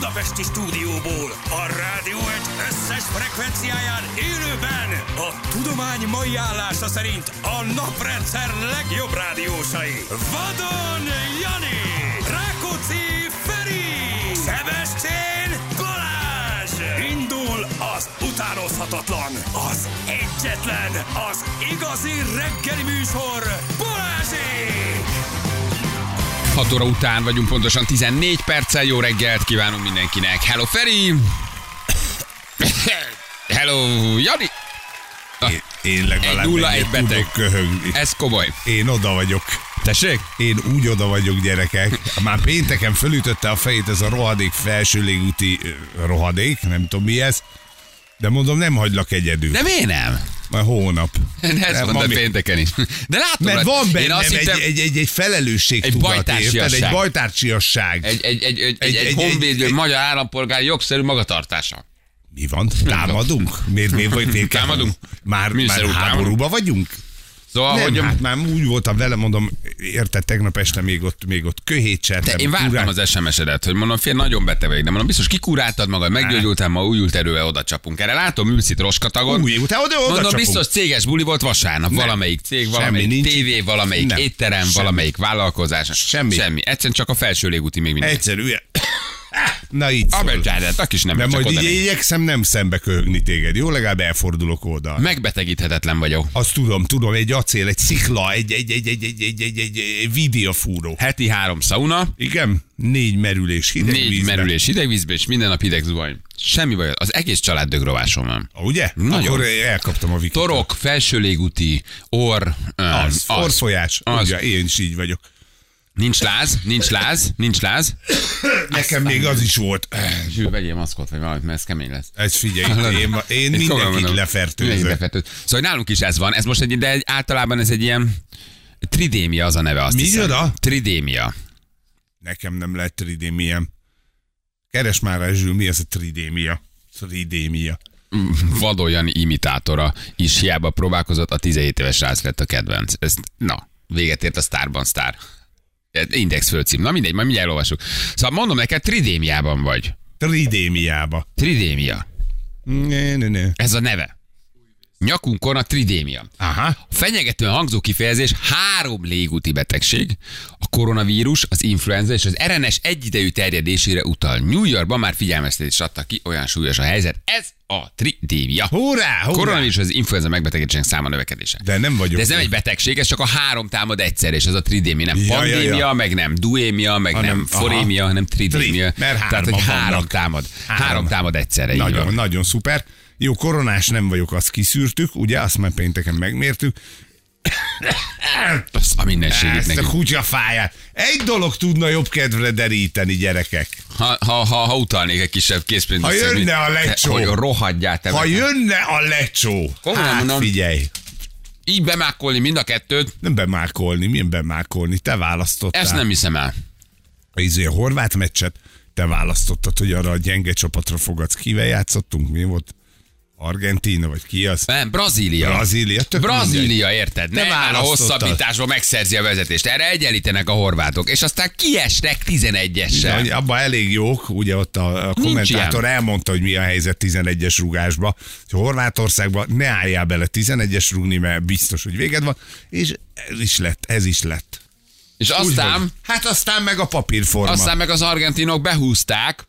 budapesti stúdióból, a rádió egy összes frekvenciáján élőben a tudomány mai állása szerint a naprendszer legjobb rádiósai. Vadon Jani, Rákóczi Feri, Sebestyén Balázs. Indul az utánozhatatlan, az egyetlen, az igazi reggeli műsor, Balázsék! 6 óra után vagyunk, pontosan 14 perccel. Jó reggelt kívánunk mindenkinek. Hello Feri! Hello Jani! Én legalább 1-0-1 beteg. tudok köhögni. Ez komoly. Én oda vagyok. Tessék? Én úgy oda vagyok, gyerekek. Már pénteken fölütötte a fejét ez a rohadék felső légúti rohadék, nem tudom mi ez. De mondom, nem hagylak egyedül. De miért nem? Már hónap. Ez mondta pénteken is. De látom, mert van bennem hittem, egy felelősségtudat, érted? Egy bajtársiasság. Egy honvédő magyar állampolgár jogszerű magatartása. Mi van? Támadunk? Miért támadunk? Már háborúba vagyunk? Szóval, nem, hogy hát már úgy voltam vele, mondom, érted, tegnap este még ott köhét csertem. De én vártam az SMS-edet, hogy mondom, fél, nagyon beteg vagyok, de mondom, biztos kikuráltad magad, meggyógyultál, ma újult erővel oda csapunk. Erre látom, ülsz itt roskatagon. Mondom, biztos céges buli volt vasárnap, valamelyik cég, valamelyik tévé, valamelyik étterem, valamelyik vállalkozás. Semmi. Egyszerűen csak a felső légúti még mindig. Egyszerűen. Na így szól. A kis nem. De majd így igyekszem nem szembe köhögni téged, jó? Legalább elfordulok oldal. Megbetegíthetetlen vagyok. Azt tudom, egy acél, egy szikla, egy videófúró. Heti 3 szauna. Igen, 4 merülés hideg vízbe. 4 merülés hideg vízbe, és minden nap hideg zuhany. Semmi baj, az egész család dögrováson van. Ugye? Nagyon. Akkor elkaptam a vikit. Torok, felső légúti, orr, orrfolyás. Ugye, én is így vagyok. Nincs láz. Nekem még az is volt. Zsű, vegyél maszkot, vagy valamit, mert ez kemény lesz. Ez figyelj, én mindenkit lefertőzök. Szóval nálunk is ez van. Ez most de általában ez egy ilyen tridémia az a neve, azt hiszem. Micsoda? Tridémia. Nekem nem lett tridémia. Keres már rá, Zsül, mi ez a tridémia? Tridémia. Vadon Jani imitátora is hiába próbálkozott, a 17 éves srác lett a kedvenc. Véget ért a Sztárban sztár. Index fölcím. Na mindegy, majd mindjárt elolvasjuk. Szóval mondom neked, tridémiában vagy. Tridémia. Ne. Ez a neve. Nyakunkon a tridémia. Aha. Fenyegetően hangzó kifejezés 3 légúti betegség, a koronavírus, az influenza és az RNS egyidejű terjedésére utal. New Yorkban már figyelmeztetést adtak ki, olyan súlyos a helyzet. Ez a tridémia. Hurrá! Koronavírus az influenza megbetegedésének száma növekedése. De nem vagyok. De ez nem egy betegség, ez csak a 3 támad egyszer, és ez a tridémia. Nem pandémia, meg nem duémia, meg nem forémia, hanem tridémia. Tehát, hogy 3 támad. 3 támad egyszerre. Nagyon szuper. Jó, koronás nem vagyok, azt kiszűrtük, ugye? Azt már pénteken megmértük. Azt a mindenségét ezt nekünk. a kutyafáját. Egy dolog tudna jobb kedvre deríteni, gyerekek. Ha utalnék egy kisebb készpénzt. Ha jönne a lecsó. Hogy rohadjál te. Ha jönne a lecsó. Figyelj. Így bemákolni mind a kettőt. Nem bemákolni, milyen bemákolni? Te választottál. Ezt nem hiszem el. A horvát meccset te választottad, hogy arra a gyenge csapatra fogadsz. Kivel játszottunk? Mi volt? Argentína, vagy ki az? Nem, Brazília, érted? Nem áll a hosszabbításban megszerzi a vezetést. Erre egyenlítenek a horvátok, és aztán kiesnek 11-essel. Abban elég jók, ugye ott a kommentátor elmondta, hogy mi a helyzet 11-es rugásba. Horvátországban ne álljál bele 11-es rugni, mert biztos, hogy véged van, és ez is lett. És aztán... aztán meg a papírforma. Aztán meg az argentinok behúzták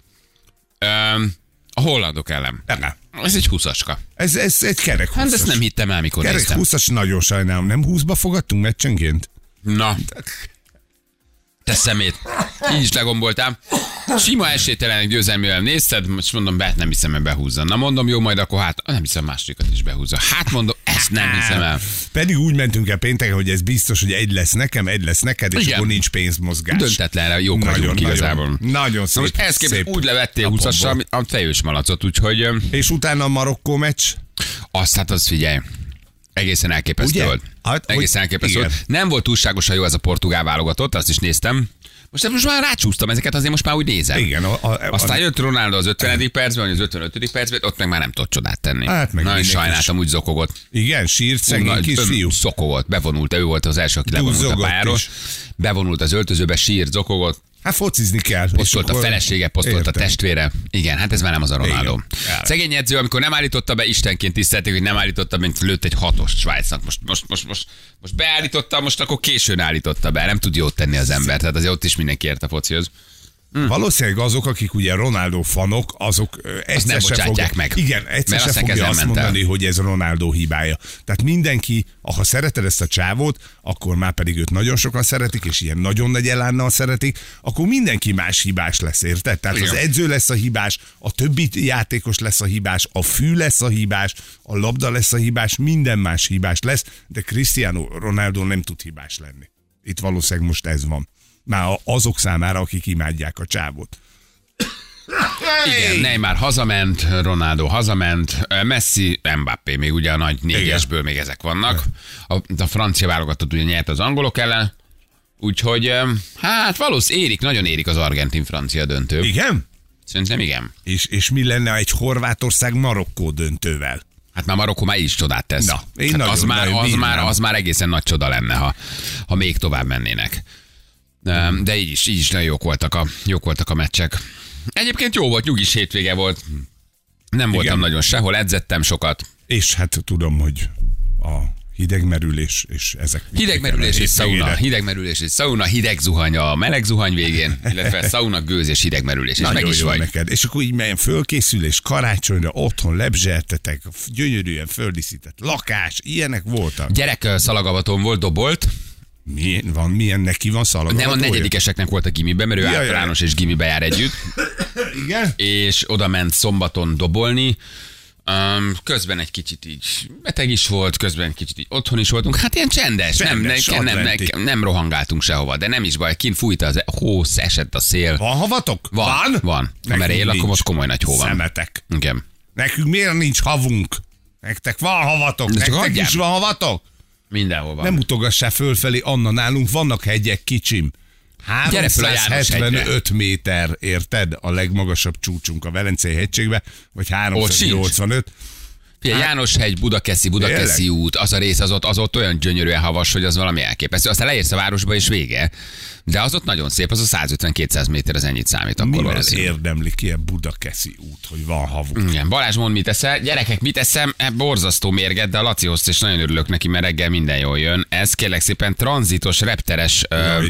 a hollandok ellen. Ez egy 20-aska. Ez egy kerek 20-as. Hát ezt nem hittem el, mikor kerek néztem. 20-as, nagyon sajnálom. Nem 20-ba fogadtunk meccsenként? Na. Te szemét. Így is legomboltál. Sima esélytelenek győzelmével nézted, most mondom, nem hiszem, hogy behúzza. Na mondom, jó, majd akkor nem hiszem, másodikat is behúzza. Mondom, ezt nem hiszem el. Pedig úgy mentünk el pénteken, hogy ez biztos, hogy egy lesz nekem, egy lesz neked, és akkor nincs pénzmozgás. Döntetlenre jók vagyunk igazából. Nagyon szép. Most ehhez képest úgy levettél 20-assal a fejős malacot, úgyhogy... És utána a Marokkó meccs? Az figyelj. Egészen elképesztő volt. Egészen elképesztő volt. Nem volt túlságosan jó ez a portugál válogatott, azt is néztem. Most már rácsúsztam ezeket, azért most már úgy nézem. Igen. Aztán jött Ronaldo az 50. percben, vagy az 55. percben, ott meg már nem tudott csodát tenni. Nagyon sajnáltam, úgy zokogott. Igen, sírt szegény kis fiú. Szokogott, bevonult, ő volt az első, aki levonult a pályáról. Bevonult az öltözőbe, sírt, zokogott. Hát focizni kell. Posztolt a felesége, posztolt a testvére. Igen, hát ez már nem az a Ronaldo. Szegény edző, amikor nem állította be, istenként tisztelték, hogy nem állította be, mint lőtt egy 6-ost Svájcnak. Most beállította, most akkor későn állította be. Nem tud jót tenni az ember, tehát azért ott is mindenki ért a focihoz. Valószínűleg azok, akik ugye Ronaldo fanok, azok egyszer se fogják meg. Igen, egyszer se fogja azt mondani, hogy ez Ronaldo hibája. Tehát mindenki, ha szereted ezt a csávót, akkor már pedig őt nagyon sokan szeretik, és ilyen nagyon nagy elánnal szeretik, akkor mindenki más hibás lesz, érted? Tehát igen. Az edző lesz a hibás, a többi játékos lesz a hibás, a fű lesz a hibás, a labda lesz a hibás, minden más hibás lesz, de Cristiano Ronaldo nem tud hibás lenni. Itt valószínűleg most ez van. Már azok számára, akik imádják a csávót. Igen, Neymar hazament, Ronaldo hazament, Messi, Mbappé, még ugye a nagy négyesből még ezek vannak. A francia válogatott ugye nyert az angolok ellen, úgyhogy hát valószínűleg nagyon érik az argentin-francia döntő. Igen? Szerintem igen. És mi lenne egy Horvátország-Marokkó döntővel? Hát már Marokkó már is csodát tesz. Na, hát az már egészen nagy csoda lenne, ha még tovább mennének. De így is nagyon jók voltak a meccsek. Egyébként jó volt, nyugis hétvége volt. Nem voltam nagyon sehol, edzettem sokat. És hát tudom, hogy a hidegmerülés és ezek. Hidegmerülés és szauna, hideg zuhany a meleg zuhany végén, illetve szauna, gőz és hidegmerülés. És meg is vagy. Neked. És akkor így melyen fölkészülés, karácsonyra otthon lebzseltetek, gyönyörűen földíszített lakás, ilyenek voltak. Gyerek szalagavaton volt, dobolt. Milyen neki van szalagavatója? Nem, a negyedikeseknek volt a gimiben, mert ő általános és gimibe jár együtt. Igen? És oda ment szombaton dobolni. Közben egy kicsit így beteg is volt, közben egy kicsit így otthon is voltunk. Hát ilyen csendes nem rohangáltunk sehova, de nem is baj, kint fújta az hó, esett a szél. Van havatok? Van. Mert én lakom, most komoly nagy hó van. Szemetek. Igen. Nekünk miért nincs havunk? Nektek van havatok? Nektek is van havatok? Mindenhol van. Nem utogassál fölfelé, Anna, nálunk vannak hegyek, kicsim. 375 méter, érted? A legmagasabb csúcsunk a Velencei hegységbe, vagy 385. Jánoshegy, Budakeszi út, az a rész az ott olyan gyönyörűen havas, hogy az valami elképesztő. Aztán leérsz a városba és vége. De az ott nagyon szép, az a 150-200 méter, az ennyit számít. Akkor mi az érdemlik ki a Budakeszi út, hogy van havuk? Igen, Balázs, mondd, mit eszel? Gyerekek, mit eszem? Borzasztó mérget, de a Lacihoz és nagyon örülök neki, mert reggel minden jól jön. Ez kérlek szépen tranzitos, repteres,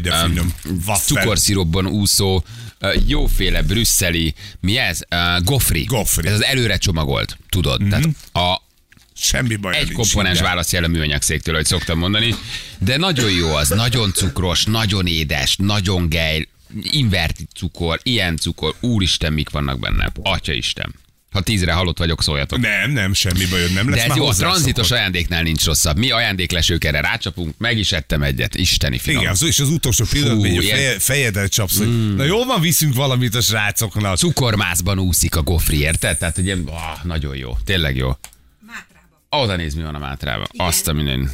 cukorszirupban úszó, jóféle brüsszeli, mi ez? Gofri. Ez az előre csomagolt, tudod. Tehát semmi baj. Egy komponens válaszjel a műanyagszéktől, hogy szoktam mondani. De nagyon jó az, nagyon cukros, nagyon édes, nagyon gejl, inverti cukor, ilyen cukor, úristen, mik vannak benne. Atyaisten. Ha 10-re halott vagyok, szóljatok. Nem, semmi bajod nem lesz. De ez jó, a tranzitos ajándéknál nincs rosszabb. Mi ajándéklesőkre rácsapunk, meg is ettem egyet, isteni finom. Igen, és az utolsó pillanatban a fejedet csapsz, hogy na jó van, viszünk valamit a srácoknak. Cukormászban úszik a gofri, érted? Tehát, hogy ilyen, nagyon jó, tényleg jó. Oda nézd, mi van a Mátrában. Azt a minden.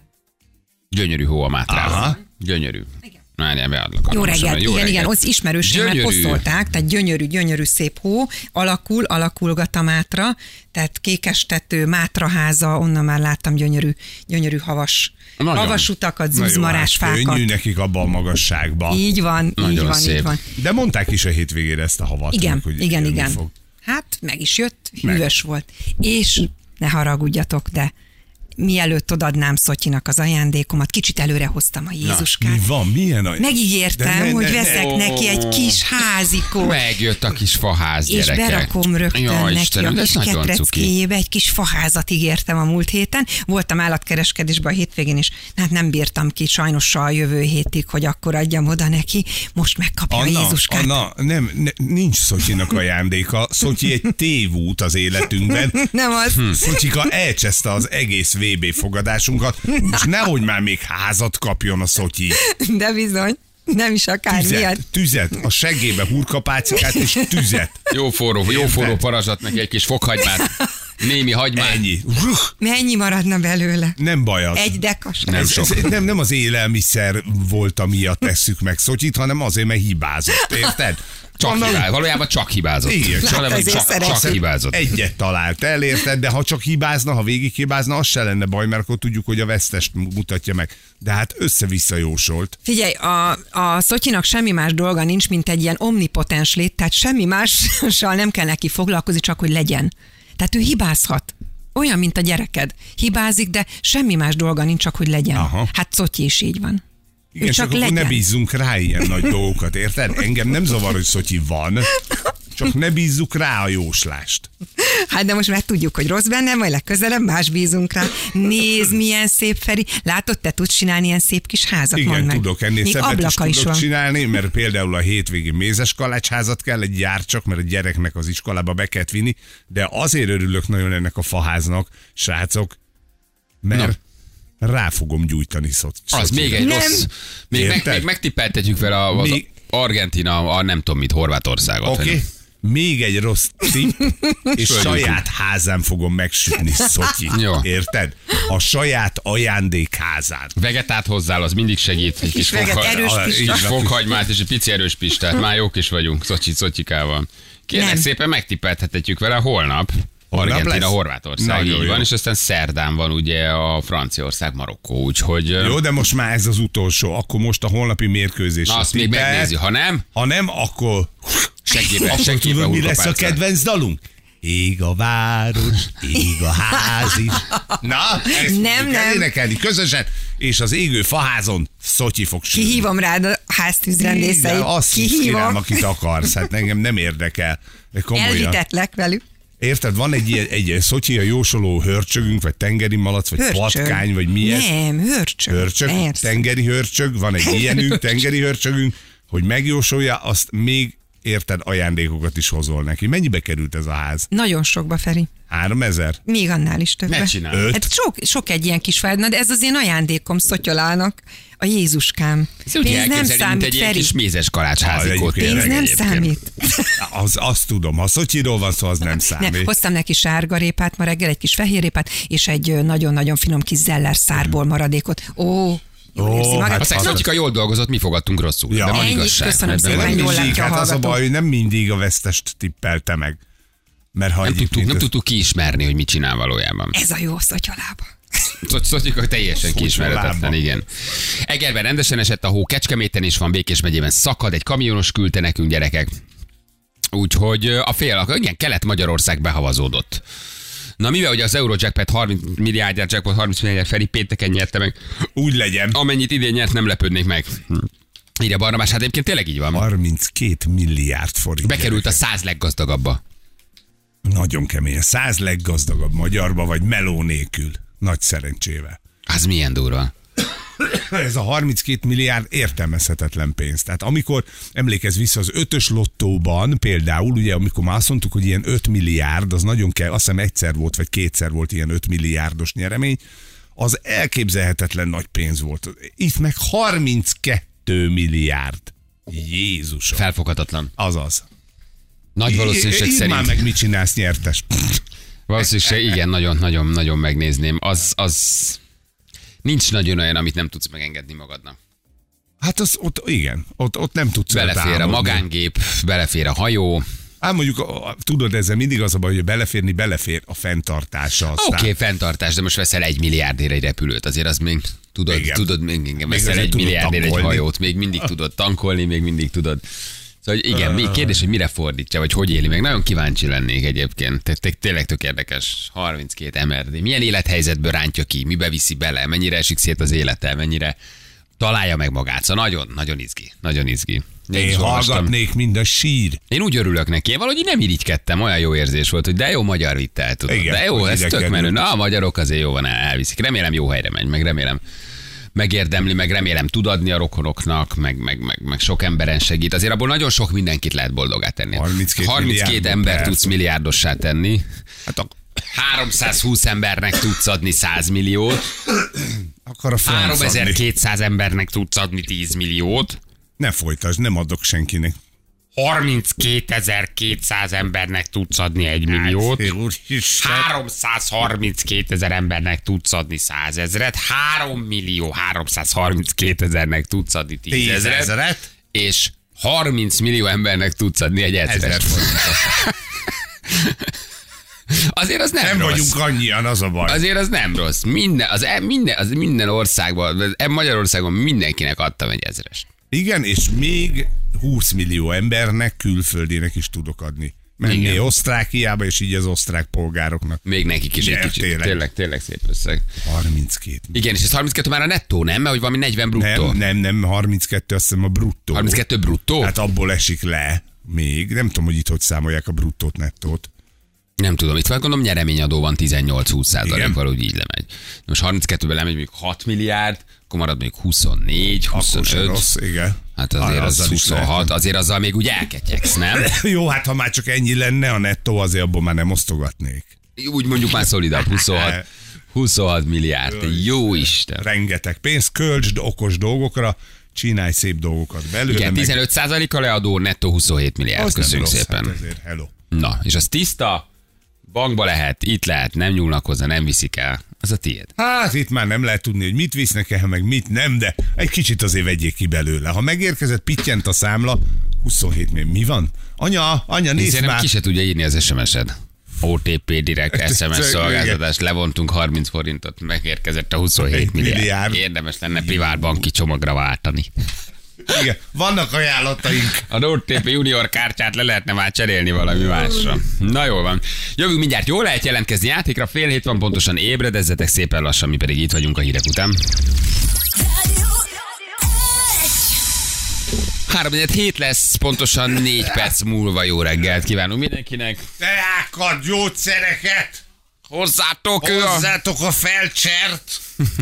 Gyönyörű hó a Mátrában. Gyönyörű. Nem, beadlak. Jó reggelt, igen, az ismerőség, mert posztolták, tehát gyönyörű szép hó, alakulgat a Mátra, tehát Kékestető, Mátraháza, onnan már láttam gyönyörű havas utakat, zúzmarás fákat. Könnyű nekik abban a magasságban. Így van. De mondták is a hétvégére ezt a havat. Igen. Hát meg is jött, hűvös volt. És ne haragudjatok, de mielőtt odadnám Szotyinak az ajándékomat, kicsit előre hoztam a Jézuskát. Mi van? Milyen ajándék? Megígértem, hogy veszek neki egy kis házikót. Megjött a kis faház, gyerekek. És berakom rögtön neki a kis ketreckéjébe. Egy kis faházat ígértem a múlt héten. Voltam állatkereskedésben a hétvégén is. Hát nem bírtam ki sajnos a jövő hétig, hogy akkor adjam oda neki. Most megkapja a Jézuskát. Anna, nincs Szotyinak ajándéka. Szotyi egy tévút az életünkben. Nem az. Szotyika elcseszte az egész VB fogadásunkat, és nehogy már még házat kapjon a Szotyi. De bizony, nem is akármilyen. Tüzet, a seggébe hurkapácikát és tüzet. Jó forró parazsat, neki egy kis fokhagymát, némi hagymát. Ennyi. Mennyi maradna belőle? Nem baj az. Egy dekas. Nem sok. Nem az élelmiszer volt, amiatt tesszük meg Szotyit, hanem azért, mert hibázott, érted? Valójában csak hibázott. Igen, csak hibázott. Egyet talált el, érted? De ha csak hibázna, ha végig hibázna, az se lenne baj, mert akkor tudjuk, hogy a vesztest mutatja meg. De hát össze-vissza jósolt. Figyelj, a Szotyinak semmi más dolga nincs, mint egy ilyen omnipotens lét, tehát semmi mással nem kell neki foglalkozni, csak hogy legyen. Tehát ő hibázhat. Olyan, mint a gyereked. Hibázik, de semmi más dolga nincs, csak hogy legyen. Aha. Hát Szotyi is így van. Igen, csak akkor ne bízzunk rá ilyen nagy dolgokat, érted? Engem nem zavar, hogy Szotyi van, csak ne bízzuk rá a jóslást. Hát de most már tudjuk, hogy rossz benne, majd legközelebb más bízunk rá. Nézd, milyen szép, Feri. Látod, te tudsz csinálni ilyen szép kis házat? Igen, tudok, ennél szebbet is tudok csinálni, mert például a hétvégén mézes kalácsházat kell egy gyárcsak, mert a gyereknek az iskolába be kell vinni, de azért örülök nagyon ennek a faháznak, srácok, mert rá fogom gyújtani Az még egy rossz. Még megtippeltetjük vele az Argentina, nem tudom mit, Horvátországot. Oké. Még egy rossz tipp, és saját házán fogom megsütni Szotyit. Érted? A saját ajándékházán. Vegetát hozzál, az mindig segít. Egy kis fokhagymát és egy pici erős pistát. Már jók is vagyunk Szotyikával. Kérlek szépen megtippeltetjük vele holnap. Argentina, Horvátország, így van, és aztán szerdán van ugye a Franciaország, Marokkó, úgyhogy... Jó, de most már ez az utolsó, akkor most a holnapi mérkőzés. Na, azt még megnézi, ha nem? Ha nem, akkor... Segélybe tudod, mi lesz a kedvenc dalunk? Ég a város, ég a ház is. Na, ezt nem énekelni közösen, és az égő faházon Szotyi fog sülni. Kihívom rád a háztűzrendészeit. Azt kihívom, akit akarsz, hát engem nem érdekel. Elhitetlek velük. Érted, van egy Szotyi a jósoló hörcsögünk, vagy tengeri malac, vagy patkány, vagy mi ez? Nem, hörcsög. Tengeri hörcsög, van egy ilyenünk, tengeri hörcsögünk, hogy megjósolja, azt még érted, ajándékokat is hozol neki. Mennyibe került ez a ház? Nagyon sokba, Feri. 3000? Még annál is többbe. Ne csinálj. Hát sok egy ilyen kis fád, de ez az én ajándékom Szotyolának, a Jézuskám. Pénz nem számít, egy ilyen kis mézes kalácsházikót. Pénz nem számít. Azt tudom, ha Szotyiról van szó, az nem számít. Nem, hoztam neki sárgarépát ma reggel, egy kis fehérrépát, és egy nagyon-nagyon finom kis zeller szárból maradékot. Aztán Szotyika jól dolgozott, mi fogadtunk rosszul. Ja. De van igazság. Köszönöm szépen, jól látja az a baj, hogy nem mindig a vesztest tippelte meg. Mert ha nem tudtuk kiismerni, hogy mit csinál valójában. Ez a jó Szotyolába. Szotyika teljesen kiismeretetlen, igen. Egerben rendesen esett a hó, Kecskeméten is van, Békés megyében szakad, egy kamionos küldte nekünk, gyerekek. Úgyhogy igen, Kelet-Magyarország behavazódott. Na mivel ugye az Eurojackpot 30 milliárd Feri pénteken nyerte meg. Úgy legyen. Amennyit idén nyert, nem lepődnék meg. Írja Barnabás, hát egyébként tényleg így van. 32 milliárd forint. Bekerült a 100 leggazdagabbba. Nagyon kemény. 100 leggazdagabb magyarba, vagy meló nélkül. Nagy szerencsével. Az milyen durva. Ez a 32 milliárd értelmezhetetlen pénz. Tehát amikor emlékezz vissza az 5-ös lottóban, például, ugye amikor már azt mondtuk, hogy ilyen 5 milliárd, az nagyon kell, azt hiszem egyszer volt, vagy kétszer volt ilyen 5 milliárdos nyeremény, az elképzelhetetlen nagy pénz volt. Itt meg 32 milliárd. Jézusom. Felfoghatatlan. Azaz. Nagy valószínűség szerint. Már meg mit csinálsz, nyertes. Valószínűség, igen, nagyon megnézném. Az nincs nagyon olyan, amit nem tudsz megengedni magadnak. Hát ott nem tudsz. Belefér a magángép, belefér a hajó. Hát mondjuk, tudod, ezzel mindig az a baj, hogy belefér a fenntartása. Oké, fenntartás, de most veszel 1 milliárdért egy repülőt, azért az még tudod még veszel 1 milliárdért egy hajót, még mindig tudod tankolni, még mindig tudod. Szóval igen, kérdés, hogy mire fordítja, vagy hogy éli meg. Nagyon kíváncsi lennék egyébként. Tényleg tök érdekes. 32 MRD. Milyen élethelyzetből rántja ki? Mibe viszi bele? Mennyire esik szét az élete? Mennyire találja meg magát? Szóval nagyon izgi. Nagyon izgi. Én hallgatnék, mind a sír. Én úgy örülök neki. Én valahogy nem irigykedtem. Olyan jó érzés volt, hogy de jó magyar vitt el, tudod. Igen, de jó, ez tök menő. Na, a magyarok azért jó van, elviszik. Remélem jó helyre megy, meg remélem megérdemli, meg remélem tud adni a rokonoknak, meg sok emberen segít. Azért abból nagyon sok mindenkit lehet boldogá tenni. 32 ember tudsz milliárdossá tenni. Hát 320 embernek tudsz adni 100 milliót. Akkor a 3200 embernek tudsz adni 10 milliót. Ne folytasd, nem adok senkinek. 32.200 embernek tudsz adni 1 milliót. 332 000 embernek tudsz adni 100 000-et. 3.332.000-nek tudsz adni 10 000-et. És 30 millió embernek tudsz adni egy 1000 forintot. Azért az nem rossz. Vagyunk annyian, az a baj. Azért az nem rossz. Minden országban, Magyarországon mindenkinek adtam egy 1000-est. Igen, és még 20 millió embernek, külföldinek is tudok adni. Menni Osztrákiába, és így az osztrák polgároknak. Még nekik is egy kicsit. Tényleg szép összeg. 32. Igen, és ez 32 már a nettó, nem? Mert hogy valami 40 bruttó. Nem, 32 azt hiszem a bruttó. 32 bruttó? Hát abból esik le még. Nem tudom, hogy itt hogy számolják a bruttót, nettót. Nem tudom, itt van, gondolom nyereményadó van 18-20%, valahogy így lemegy. Most 32-ben lemegy mondjuk 6 milliárd, akkor marad mondjuk 24, 25. Rossz, igen. Hát azért az 26, azért azzal még úgy elketyegsz, nem? Jó, hát ha már csak ennyi lenne a nettó, azért abból már nem osztogatnék. Úgy mondjuk már szolidabb, 26 milliárd, jó Isten. Rengeteg pénz, költsd okos dolgokra, csinálj szép dolgokat belőle. Igen, 15%-a leadó, nettó 27 milliárd, köszönjük szépen. Hát ezért, hello. Na, és az tiszta, bankba lehet, itt lehet, nem nyúlnak hozzá, nem viszik el. Az a tiéd. Hát itt már nem lehet tudni, hogy mit visznek el, meg mit nem, de egy kicsit azért vegyék ki belőle. Ha megérkezett, pittyent a számla, 27 mi van? Anya, nézd már. Ki se tudja írni az SMS-ed. OTP direkt SMS szolgáltatást, levontunk 30 forintot, megérkezett a 27 milliárd. Érdemes lenne privát banki csomagra váltani. Igen, vannak ajánlataink. A OTP Junior kártyát le lehetne már cserélni valami másra. Na jól van. Jövünk mindjárt, jól lehet jelentkezni játékra, 6:30 van pontosan, ébredezzetek szépen lassan, mi pedig itt vagyunk a hírek után. 3:07 lesz, pontosan 4 perc múlva. Jó reggelt kívánunk mindenkinek. Teákat, gyógyszereket! Hozzátok a felcsert!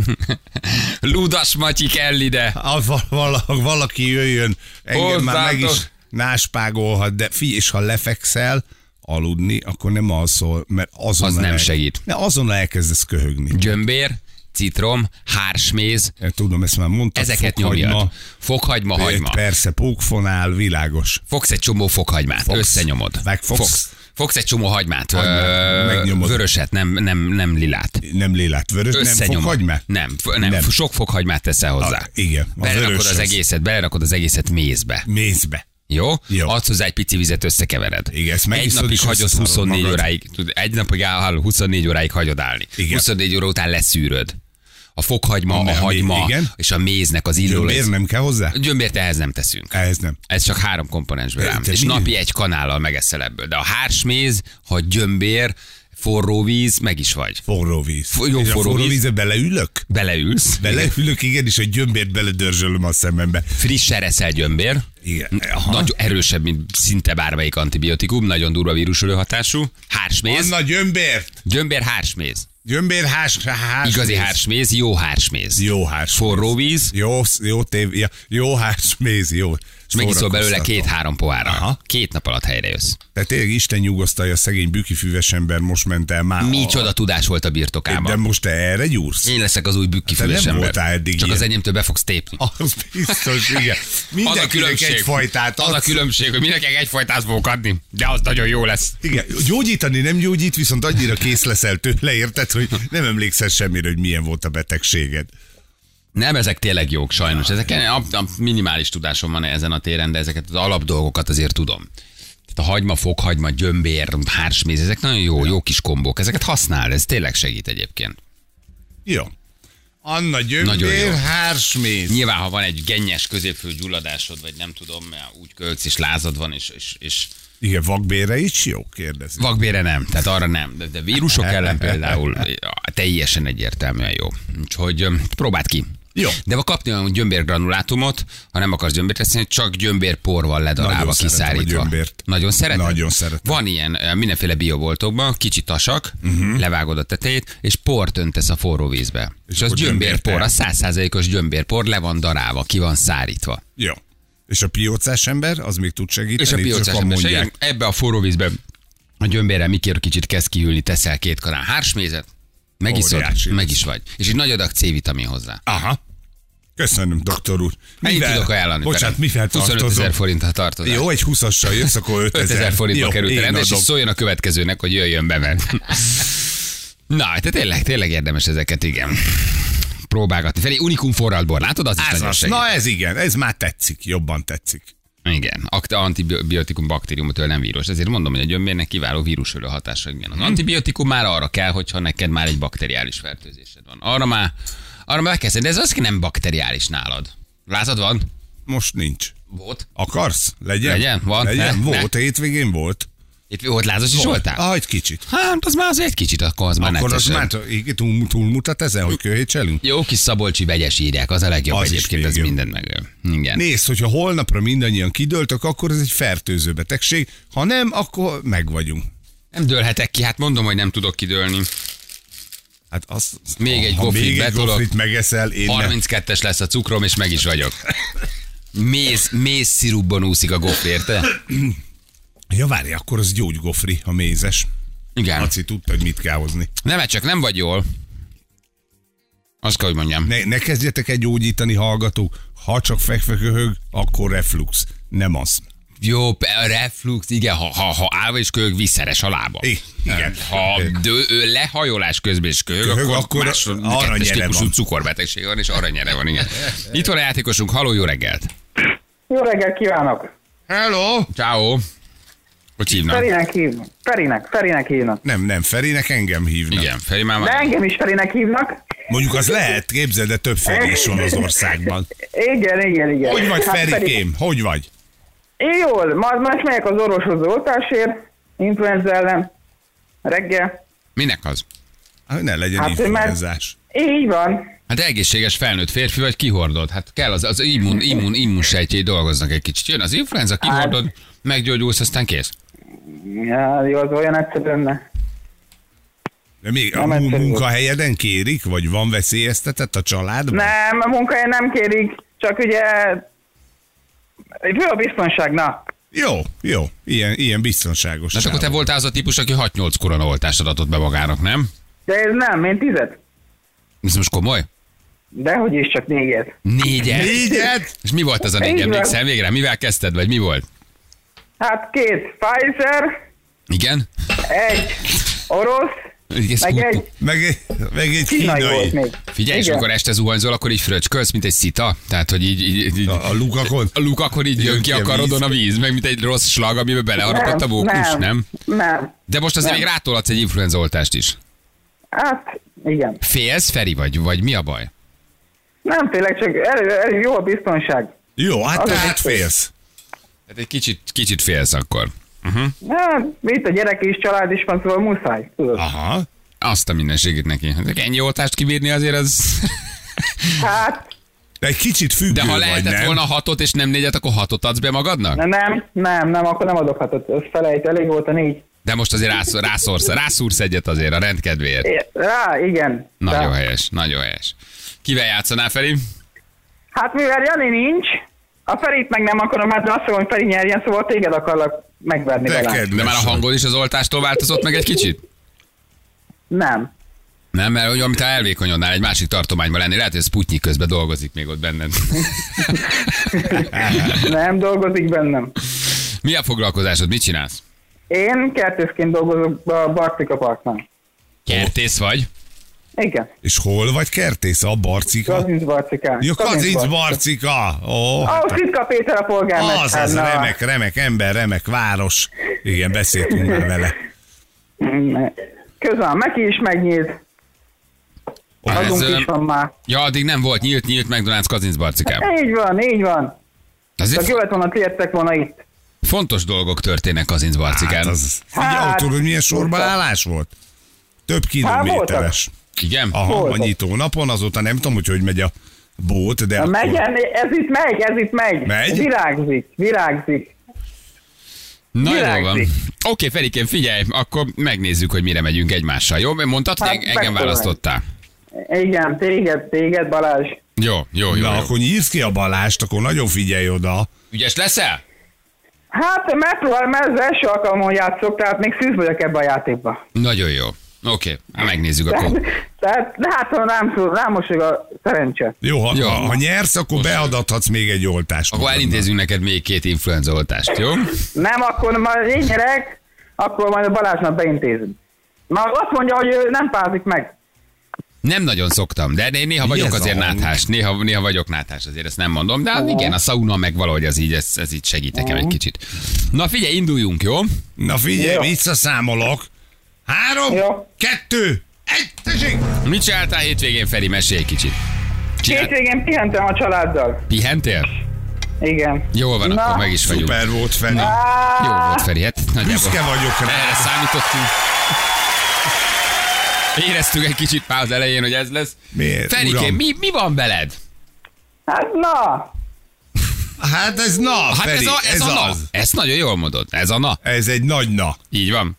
Ludas Matyi kell ide. Valaki jöjjön, engem már meg is náspágolhat, de figyelj, és ha lefekszel aludni, akkor nem alszol, mert azonnal nem segít. Azonnal elkezdesz köhögni. Gyömbér, citrom, hársméz. Tudom, ezt már mondtad. Ezeket nyomjad. Fokhagyma, hagyma. Persze, pókfonál, világos. Fogsz egy csomó fokhagymát, összenyomod. Fogsz egy csomó hagymát, vöröset, nem lilát. Nem lilát, vörös, nem fokhagymát? Nem, sok fokhagymát teszel hozzá. Igen. Belerakod az egészet mézbe. Jó? Adsz hozzá egy pici vizet, összekevered. Igen, egy napig hagyod 24 óráig, egy napig 24 óráig hagyod állni. Igen. 24 óra után leszűröd. A fokhagyma, a hagyma és a méznek az illó. Gyömbér nem kell hozzá? Gyömbért ehhez nem teszünk. Ehhez nem. Ez csak 3 komponensből áll. És napi egy kanállal megeszel ebből. De a hársméz, ha gyömbér, forró víz, meg is vagy. Forró víz. Jó forró vízbe beleülök? Beleülsz. Beleülök, igen, és a gyömbért beledörzsölöm a szemembe. Friss ereszel gyömbér. Igen. Nagyon erősebb, mint szinte bármelyik antibiotikum, nagyon durva vírusölő hatású. Hársméz. Anna, gyömbért. Gyömbér, hársméz. Gyömbér, Igazi hársméz, jó hársméz. Forró víz. Jó hársméz, jó. És megiszol belőle 2-3 pohárra. Aha. 2 nap alatt helyre jössz. De tényleg Isten nyugosztalja, a szegény bükifüves ember most ment el már. Micsoda tudás volt a birtokában. De most te erre gyúrsz? Én leszek az új bükifüves ember. Eddig csak ilyen. Az enyémtől be fogsz tépni. Az biztos, igen. Mindenkinek egyfajtát adsz. Az a különbség, hogy mindenkinek egyfajtát fogok adni, de az nagyon jó lesz. Igen, gyógyítani nem gyógyít, viszont annyira kész leszel tőle, érted, hogy nem emlékszel semmire, hogy milyen volt a betegséged. Nem, ezek tényleg jók, sajnos. A minimális tudásom van ezen a téren, de ezeket az alapdolgokat azért tudom. Tehát a hagyma, fokhagyma, gyömbér, hársméz, ezek nagyon jó kis kombók. Ezeket használ, ez tényleg segít egyébként. Jó. Anna, gyömbér, hársméz. Nyilván, ha van egy gennyes középfő gyulladásod, vagy nem tudom, úgy költsz és lázad van, és igen, vakbére is jó, kérdezni. Vakbére nem, tehát arra nem. De vírusok ellen például teljesen egyértelműen jó. Úgyhogy próbáld ki. Jó. De ha kapni olyan gyömbérgranulátumot, ha nem akarsz gyömbért teszni, csak gyömbérporval ledarálva, kiszárítva. Nagyon szeretem. Nagyon szeretem. Van ilyen mindenféle bioboltokban, kicsit tasak, levágod a tetejét, és port öntesz a forró vízbe. És az gyömbérpor, a 100%-os gyömbérpor le van darálva, ki van szárítva. Jó. És a piócás ember, az még tud segíteni? És a piócás ember segít, ebbe a forró vízbe a gyömbérrel mikor kicsit kezd kihűlni, teszel 2 kanál hársmézet, megiszod, meg is vagy. És egy nagy adag C-vitamin hozzá. Aha. Köszönöm, doktor úr. Ennyit tudok ajánlani. Bocsánat, mivel tartozom? 25 000 forint, ha tartozol. Jó, egy 20-assal jössz, akkor 5 000 forintba került a rendes, és szóljon a következőnek, hogy jöjjön be, mert... Na, tehát tényleg érdemes ezeket, igen. Próbálgatni. Felé unikum forraltbor, látod? Az is nagyon segít. Na ez igen, ez már tetszik, jobban tetszik. Igen, antibiotikum baktériumtől nem vírus. Ezért mondom, hogy a gyömbérnek kiváló vírusölő hatása. Igen. Az antibiotikum már arra kell, hogyha neked már egy bakteriális fertőzésed van. Arra már elkezded, de ez az, ki nem bakteriális nálad. Lázad van? Most nincs. Volt. Akarsz? Legyen? Van? Legyen? Volt, hétvégén volt. Itt volt lázas is voltál? Egy kicsit. Hát, az már azért egy kicsit, akkor az már akkor az már túlmutat ezen, hogy köhétselünk? Jó kis szabolcsi vegyes írják, az a legjobb az egyébként, ez mindent meg. Igen. Nézd, hogyha holnapra mindannyian kidőltök, akkor ez egy fertőző betegség, ha nem, akkor megvagyunk. Nem dőlhetek ki, hát mondom, hogy nem tudok kidőlni. Hát még egy gofrit megeszel, 32-es lesz a cukrom, és meg is vagyok. Méz szirupban úszik a gofri, érte? Ja, várj, akkor az gyógygofri, a mézes. Igen. Laci tudta, hogy mit kell hozni. Nem, csak nem vagy jól. Azt kell, hogy mondjam. Ne kezdjetek el gyógyítani, hallgatók. Ha csak fekvekőhög, akkor reflux. Nem az. Jó, reflux, igen, ha állva is köhög, visszeres a lába. Igen. Ha lehajolás közben is köhög, akkor más típusú cukorbetegség van, és aranyere van, igen. Itt van a játékosunk, halló, jó reggelt! Jó reggelt kívánok! Hello! Ciao. Hogy hívnak? Ferinek hívnak. Nem, Ferinek engem hívnak. Igen, Feri már... De engem is Ferinek hívnak. Mondjuk az lehet, képzeld, de több Feri is van az országban. Igen. Hogy vagy, Ferikém? Hogy vagy? Én jól, most megyek az orvoshoz oltásért, influenza ellen, reggel. Minek az? Ne legyen influenzás. Így van. Hát egészséges felnőtt férfi vagy, kihordod. Hát kell az immunsejtjei dolgoznak egy kicsit. Jön az influenza, kihordod, meggyógyulsz, aztán kész. Ja, jó, az olyan egyszerű lenne. De még a munkahelyeden kérik, vagy van veszélyeztetett a családban? Nem, a munkahelyen nem kérik, csak ugye fő a biztonság, na. Jó, ilyen biztonságos. Hát akkor te voltál az a típus, aki 6-8 koronaoltást adott be magának, nem? De ez nem, én 10. Ez most komoly? Dehogy is, csak 4. 4? És mi volt az a 4? Emlékszel végre? Mivel kezdted, vagy mi volt? Hát 2 Pfizer. Igen? 1 orosz. Meg egy kínai. Figyelj, és amikor este zuhanyzol, akkor így fröcskölsz, mint egy szita. Tehát, hogy így a lukakon? A lukakon így jön ki a karodon a víz, meg mint egy rossz slag, amiben beleharapott a mókus, nem? Nem. De most azért még rátolhatsz egy influenzaoltást is. Hát, igen. Félsz, Feri, vagy mi a baj? Nem félek, csak elég jó a biztonság. Jó, hát tehát félsz. Hát egy kicsit félsz akkor. Hát, itt a gyerek is, család is van, szóval muszáj, tudod. Aha. Azt a mindenségét neki. Ennyi oltást kibírni azért az... Hát... De egy kicsit függő. De ha lehetett volna 6-ot és nem 4-et, akkor 6-ot adsz be magadnak? Nem, akkor nem adok 6-ot. Ez felejt, elég volt a 4. De most azért rászúrsz egyet azért a rendkedvéért. Igen. Nagyon helyes. Kivel játszanál, Feri? Hát mivel Jani nincs, a Ferit meg nem akarom, mert azt mondom, hogy Feri nyerjen, szóval téged akarlak megverni velem. De már a hangod is az oltástól változott meg egy kicsit? Nem. Nem, mert olyan, mintha elvékonyodnál egy másik tartományban lenni. Lehet, hogy a Sputnik közben dolgozik még ott benned. Nem dolgozik bennem. Mi a foglalkozásod? Mit csinálsz? Én kertészként dolgozok a Barcika Parknál. Kertész vagy? Igen. És hol vagy kertész? A Barcika? Kazincbarcikán. Jó, Kazincbarcika. Ahhoz Ritka Péter a polgármester. Az remek ember, remek város. Igen, beszéltünk már vele. Közben Meki is megnyílt. Azunk is van már. Ja, addig nem volt nyílt McDonald's Kazincbarcikán. Így van. Csak jöhet volna, tértek volna itt. Fontos dolgok történnek Kazincbarcikán. Figyelj, tudod, hogy milyen sorba állás volt? Több kilométeres. Igen? Aha, a nyitó napon, azóta nem tudom, hogy megy a bót, de akkor... Ez itt megy. Megy? Virágzik. Na, jól van. Oké, Ferikém, figyelj, akkor megnézzük, hogy mire megyünk egymással. Jó? Mondtad, hogy engem választottál. Igen, téged, Balázs. Jó. Na, akkor nyízd ki a Balást, akkor nagyon figyelj oda. Ügyes leszel? Hát megpróbálom, mert az első alkalommal játszok, tehát még szűz vagyok ebben a játékban. Nagyon jó. Oké, megnézzük akkor. Tehát rám most a szerencse. Jó, ha nyersz, akkor beadathatsz még egy oltást. Akkor elintézünk neked még 2 influenza oltást, jó? Nem, akkor majd én nyerek, akkor majd a Balázsnak beintézünk. Már azt mondja, hogy ő nem pázik meg. Nem nagyon szoktam, de néha vagyok azért náthás. Néha vagyok náthás, azért ezt nem mondom. De igen, a sauna meg valahogy ez így segít nekem egy kicsit. Na figyelj, induljunk, jó? Na figyelj, visszaszámolok. 3, 2, 1, tessék! Mit csináltál hétvégén, Feri? Mesélj kicsit. Hétvégén pihentem a családdal. Pihentél? Igen. Jól van, akkor meg is vagyunk. Szuper volt, Feri. Jó volt, Feri. Hát büszke vagyok rá. Erre számítottunk. Éreztük egy kicsit már az elején, hogy ez lesz. Miért? Ferikém, mi van veled? Hát na! Hát ez na, Hát Feri, ez a na. Ezt nagyon jól mondod. Ez a na. Ez egy nagy na. Így van.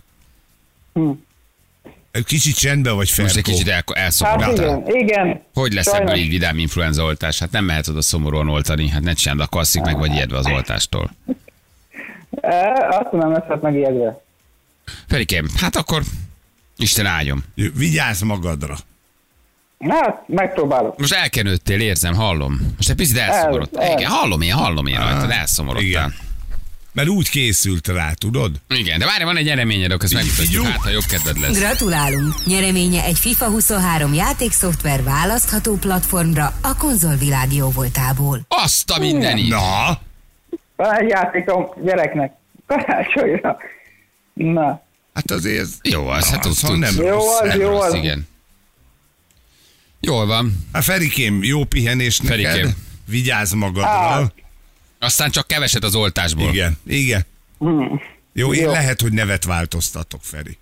Kicsit csendben vagy, Ferkó. Most egy kicsit Hát elszomorodtál. igen. Hogy lesz Sajnos. ebből így vidám influenza oltás? Hát nem mehetsz oda szomorúan oltani. Hát ne csináld, akkor asszik meg vagy ijedve az oltástól. Azt nem leszhet meg ilyedve. Ferikém, hát akkor Isten áldjon. Vigyázz magadra. Hát, megpróbálok. Most elkenődtél, érzem, hallom. Most egy picit elszomorodtál. Igen, hallom én rajtad, elszomorodtál. Igen. Mert úgy készült rá, tudod? Igen, de várj, van egy nyereményed, akkor ezt megmutatjuk, hát ha jobb kedved lesz. Gratulálunk! Nyereménye egy FIFA 23 játékszoftver választható platformra a konzolvilág jóvoltából. Azt a mindenit! Na, Van egy játékom gyereknek. Karácsonyra. Na. hát azért... Jó, az, hát az tudsz. nem Jó rossz. az, Nem jó rossz, az. igen. Jól van. Hát Ferikém, jó pihenés neked. Ferikém. Vigyázz magadra. Aztán csak keveset az oltásból. Igen. Jó, én lehet, hogy nevet változtatok, Feri.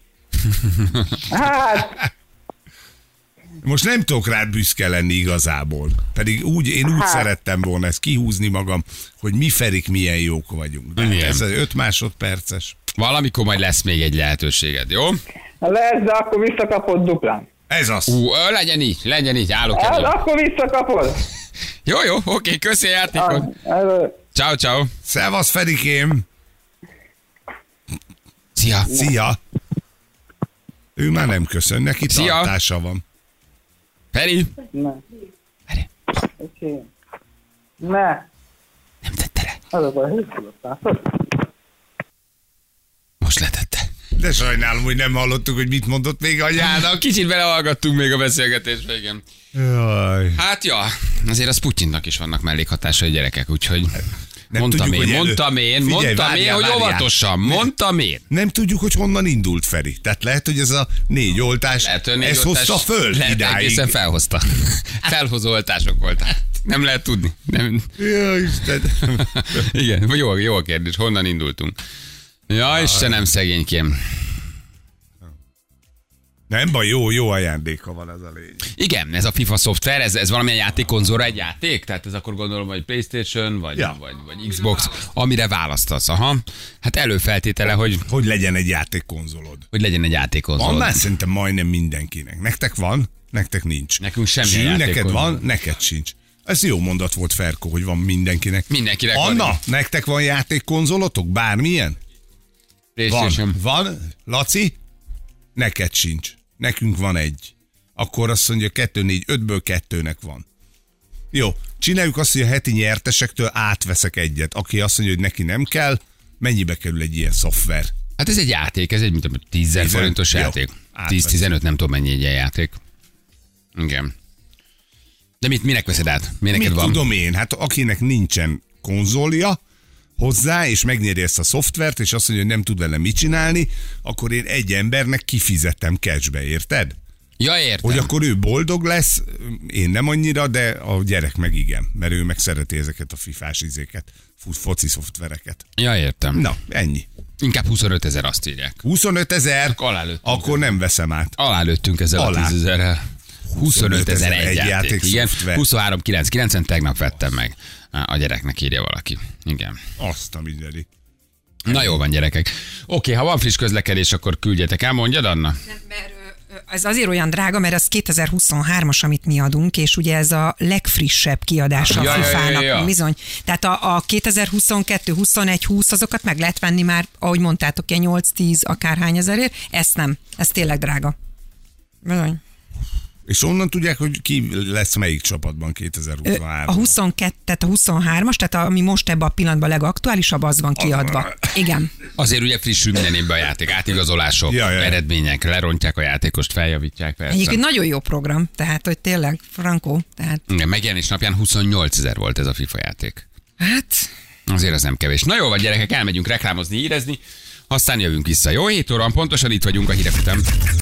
Hát, Most nem tudok rád büszke lenni igazából. Pedig én úgy szerettem volna ezt kihúzni magam, hogy mi, Ferik, milyen jók vagyunk. De Igen. ez az 5 másodperces. Valamikor majd lesz még egy lehetőséged, jó? lesz, de akkor visszakapod duplán. Ez az. Legyen így, állok Hát, elő. akkor visszakapod. Jó, oké, köszi a játékot. Ciao. Szevasz, Ferikém. Szia. Ő már nem köszön, neki Szia. tartása van. Feri? Ne. Feri, Oké. Ne. nem tette le. Az a baj, hogy tudod, Most letette. De sajnálom, hogy nem hallottuk, hogy mit mondott még anyának. Kicsit belehallgattunk még a beszélgetésbe, igen. Jaj. Hát ja, azért az Putyinnak is vannak mellékhatásai, gyerekek, úgyhogy Nem mondtam tudjuk, én, hogy Figyelj, várjál. hogy óvatosan, mondtam én. Nem tudjuk, hogy honnan indult, Feri. Tehát lehet, hogy ez a 4 oltás, ez hozta föl lehet, idáig. egészen felhozta. Felhozó oltások voltak. Nem lehet tudni. Nem. Ja, Isten. Igen, jó a kérdés, honnan indultunk. Ja, Istenem, szegénykém. Nem baj, jó ajándéka van, ez a lényeg. Igen, ez a FIFA szoftver, ez valamilyen játékkonzolra egy játék? Tehát ez akkor gondolom, vagy PlayStation, vagy Xbox, amire választasz. Aha. Hát előfeltétele, hogy legyen egy játékkonzolod. legyen egy játékkonzolod. Van már szerintem majdnem mindenkinek. Nektek van, nektek nincs. Nekünk semmi Zsül, neked játékkonzol. van, neked sincs. Ez jó mondat volt, Ferko, hogy van mindenkinek. Mindenkinek Anna, van. nektek van játékkonzolotok? Bármilyen? PlayStation. Van. Laci? Neked sincs. Nekünk van egy. Akkor azt mondja 2, 4, 5-ből 2-nek van. Jó, csináljuk azt, hogy a heti nyertesektől átveszek egyet. Aki azt mondja, hogy neki nem kell, mennyibe kerül egy ilyen szoftver? Hát ez egy játék, ez egy 10 000 forintos játék. 10-15, nem tudom mennyi egy ilyen játék. Igen. De minek veszed át? Mit van? Tudom én? Hát akinek nincsen konzolja hozzá, és megnyeri ezt a szoftvert, és azt mondja, hogy nem tud vele mit csinálni, akkor én egy embernek kifizettem cashbe, érted? Ja, értem. Hogy akkor ő boldog lesz, én nem annyira, de a gyerek meg igen, mert ő meg szereti ezeket a fifás izéket, foci szoftvereket. Ja, értem. Na, ennyi. Inkább 25 000 azt írják. 25 000? Akkor nem veszem át. Alálőttünk ezzel Alá. a 10 000-rel. 25 000 egy játék. Igen, szoftver. 23.990 tegnap vettem meg. A gyereknek írja valaki. Igen. Azt a mindenit. Na jó van, gyerekek. Oké, ha van friss közlekedés, akkor küldjetek el, mondjad, Anna? Ez azért olyan drága, mert az 2023-as, amit mi adunk, és ugye ez a legfrissebb kiadása a FIFA-nak. Ja. Bizony. Tehát a 2022, 21, 20 azokat meg lehet venni már, ahogy mondtátok, ilyen 8-10 akárhány ezerért. Ezt nem. Ez tényleg drága. Bizony. És onnan tudják, hogy ki lesz melyik csapatban 2023-ban? A 22-et, a 23-as, tehát ami most ebben a pillanatban legaktuálisabb, az van kiadva. Igen. Azért ugye frissül minden évben a játék, átigazolások, eredmények, lerontják a játékost, feljavítják. Persze. Egyébként nagyon jó program, tehát hogy tényleg, frankó. Tehát... Igen, megjelenés napján 28 000 volt ez a FIFA játék. Hát... Azért az nem kevés. Na jó van, gyerekek, elmegyünk reklámozni, hírezni, aztán jövünk vissza. Jó, 7 óra pontosan itt vagyunk a hírek után.